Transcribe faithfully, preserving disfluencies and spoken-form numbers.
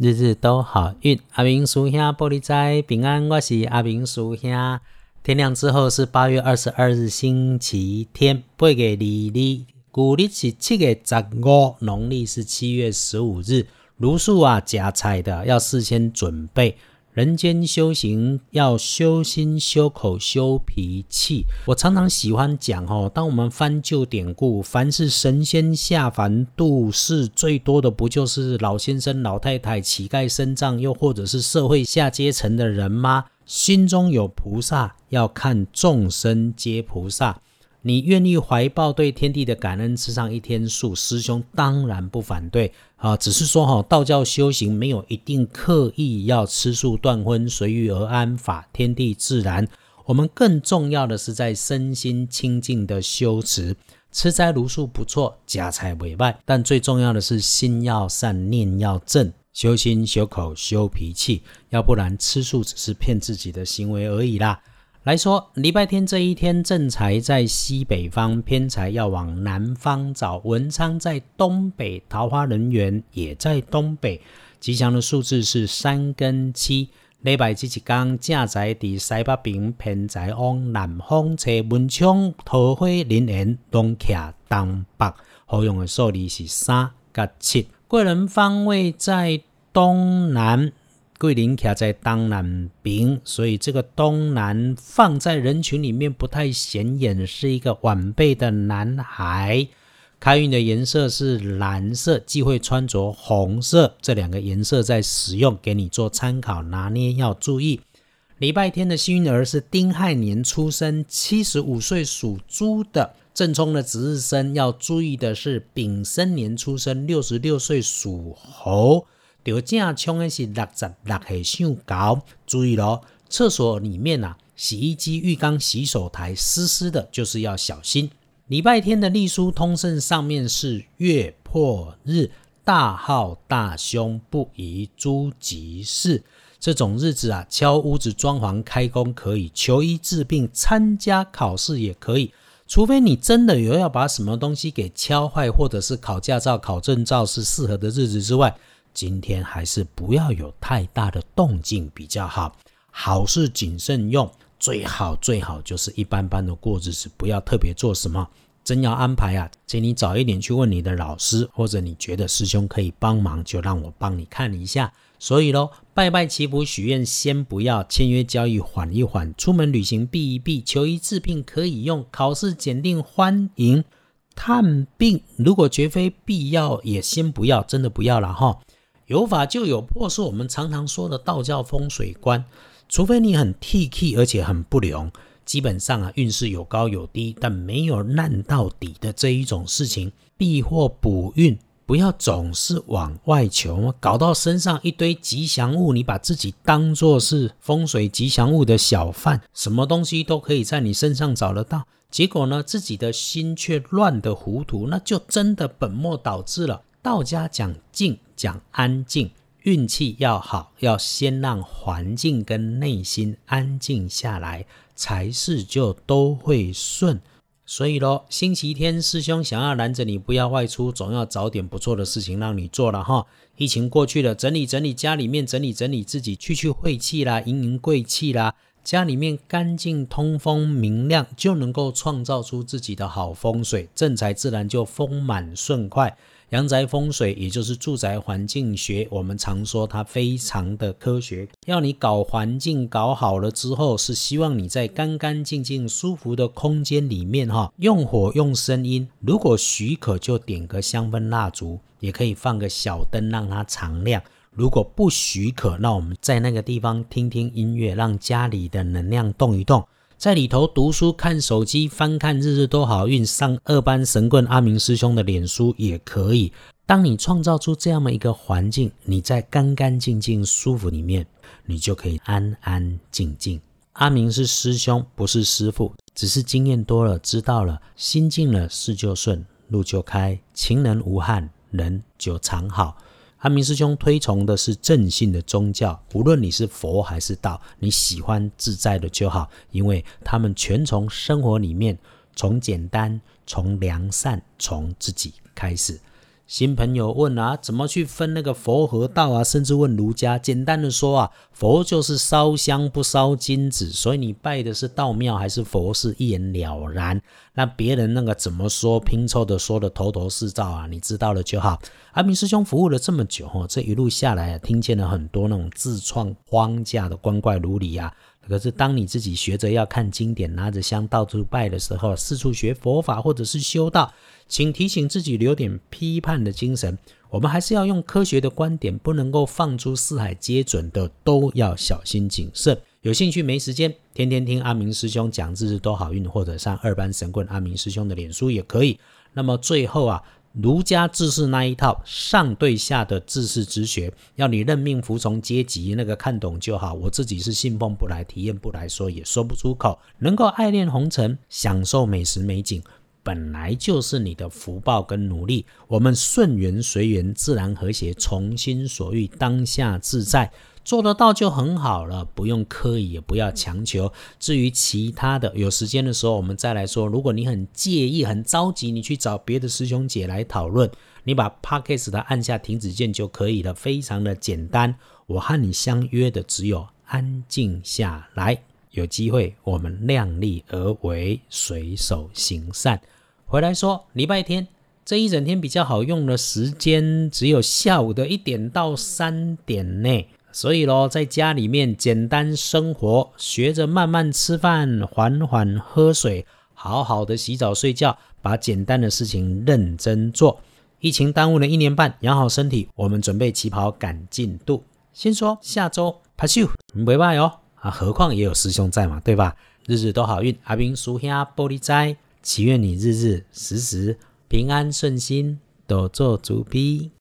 日日都好运。阿明叔兄玻璃斋平安，我是阿明叔兄。天亮之后是八月二十二日星期天，八月二日，古历是七月十五，农历是七月十五日。如数啊，夹菜的要事先准备。人间修行要修心、修口、修脾气。我常常喜欢讲哦，当我们翻旧典故，凡是神仙下凡度世，最多的不就是老先生、老太太、乞丐、身障，又或者是社会下阶层的人吗？心中有菩萨，要看众生皆菩萨。你愿意怀抱对天地的感恩，吃上一天素，师兄当然不反对啊。只是说、哦、道教修行没有一定刻意要吃素断荤，随遇而安，法天地自然。我们更重要的是在身心清净的修持。吃斋如素不错，家财未败，但最重要的是心要善，念要正，修心、修口、修脾气，要不然吃素只是骗自己的行为而已啦。来说，礼拜天这一天，正财在西北方，偏财要往南方找。文昌在东北，桃花人缘也在东北。吉祥的数字是三跟七。礼拜这一天，正财在西北边，偏财往南方找。文昌、桃花人缘拢徛东北。好用的数字是三跟七。贵人方位在东南。桂林卡在东南边，所以这个东南放在人群里面不太显眼，是一个晚辈的男孩。开运的颜色是蓝色，忌讳穿着红色，这两个颜色在使用，给你做参考，拿捏要注意。礼拜天的幸运儿是丁亥年出生，七十五岁属猪的。正冲的值日生要注意的是丙申年出生，六十六岁属猴。就正冲的是六十六岁属狗，注意咯，厕所里面啊，洗衣机、浴缸、洗手台湿湿的，就是要小心。礼拜天的历书通胜上面是月破日，大号大凶不宜诸吉事。这种日子啊，敲屋子、装潢、开工可以，求医治病、参加考试也可以。除非你真的有要把什么东西给敲坏，或者是考驾照、考证照是适合的日子之外，今天还是不要有太大的动静比较好。好事谨慎用，最好最好就是一般般的过日子，不要特别做什么。真要安排啊，请你早一点去问你的老师，或者你觉得师兄可以帮忙，就让我帮你看一下。所以咯，拜拜祈福许愿先不要，签约交易缓一缓，出门旅行避一避，求医治病可以用，考试检定欢迎，探病如果绝非必要也先不要，真的不要了齁。有法就有破，是我们常常说的道教风水观。除非你很铁气而且很不良，基本上啊运势有高有低，但没有烂到底的这一种事情。避祸补运，不要总是往外求，搞到身上一堆吉祥物，你把自己当作是风水吉祥物的小贩，什么东西都可以在你身上找得到。结果呢，自己的心却乱得糊涂，那就真的本末倒置了。道家讲静，讲安静，运气要好，要先让环境跟内心安静下来，财事就都会顺。所以咯，星期天师兄想要拦着你不要外出，总要找点不错的事情让你做了齁。疫情过去了，整理整理家里面，整理整理自己，去去晦气啦，迎迎贵气啦，家里面干净通风明亮，就能够创造出自己的好风水，正财自然就丰满顺快。阳宅风水也就是住宅环境学，我们常说它非常的科学，要你搞环境搞好了之后，是希望你在干干净净舒服的空间里面用火用声音，如果许可就点个香氛蜡烛，也可以放个小灯让它常亮。如果不许可，那我们在那个地方听听音乐，让家里的能量动一动，在里头读书、看手机、翻看日日都好运，上二班神棍阿明师兄的脸书也可以。当你创造出这样的一个环境，你在干干净净舒服里面，你就可以安安静静。阿明是师兄，不是师父，只是经验多了，知道了，心静了，事就顺，路就开，情人无憾，人就常好。阿明师兄推崇的是正信的宗教，无论你是佛还是道，你喜欢自在的就好，因为他们全从生活里面，从简单，从良善，从自己开始。 新朋友问啊，怎么去分那个佛和道啊，甚至问儒家。简单的说啊，佛就是烧香不烧金子，所以你拜的是道庙还是佛是一眼了然。那别人那个怎么说，拼凑的说的头头是道啊，你知道了就好。阿明师兄服务了这么久，这一路下来啊，听见了很多那种自创荒架的光怪陆离啊。可是当你自己学着要看经典，拿着香到处拜的时候，四处学佛法或者是修道，请提醒自己留点批判的精神。我们还是要用科学的观点，不能够放诸四海皆准的，都要小心谨慎。有兴趣没时间，天天听阿明师兄讲日日都好运，或者上二班神棍阿明师兄的脸书也可以。那么最后啊，儒家治世那一套上对下的治世之学，要你认命服从阶级，那个看懂就好。我自己是信奉不来，体验不来，说也说不出口。能够爱恋红尘，享受美食美景，本来就是你的福报跟努力。我们顺缘随缘，自然和谐，从心所欲，当下自在，做得到就很好了，不用刻意，也不要强求。至于其他的，有时间的时候我们再来说。如果你很介意很着急，你去找别的师兄姐来讨论，你把 Podcast 的按下停止键就可以了，非常的简单。我和你相约的只有安静下来，有机会我们量力而为，随手行善。回来说礼拜天这一整天比较好用的时间只有下午的一点到三点内，所以咯，在家里面简单生活，学着慢慢吃饭，缓缓喝水，好好的洗澡睡觉，把简单的事情认真做。疫情耽误了一年半，养好身体，我们准备起跑赶进度。先说下周拍手不错哦，啊，何况也有师兄在嘛，对吧？日日都好运，阿明师兄玻璃斋，祈愿你日日时时平安顺心，多做主逼。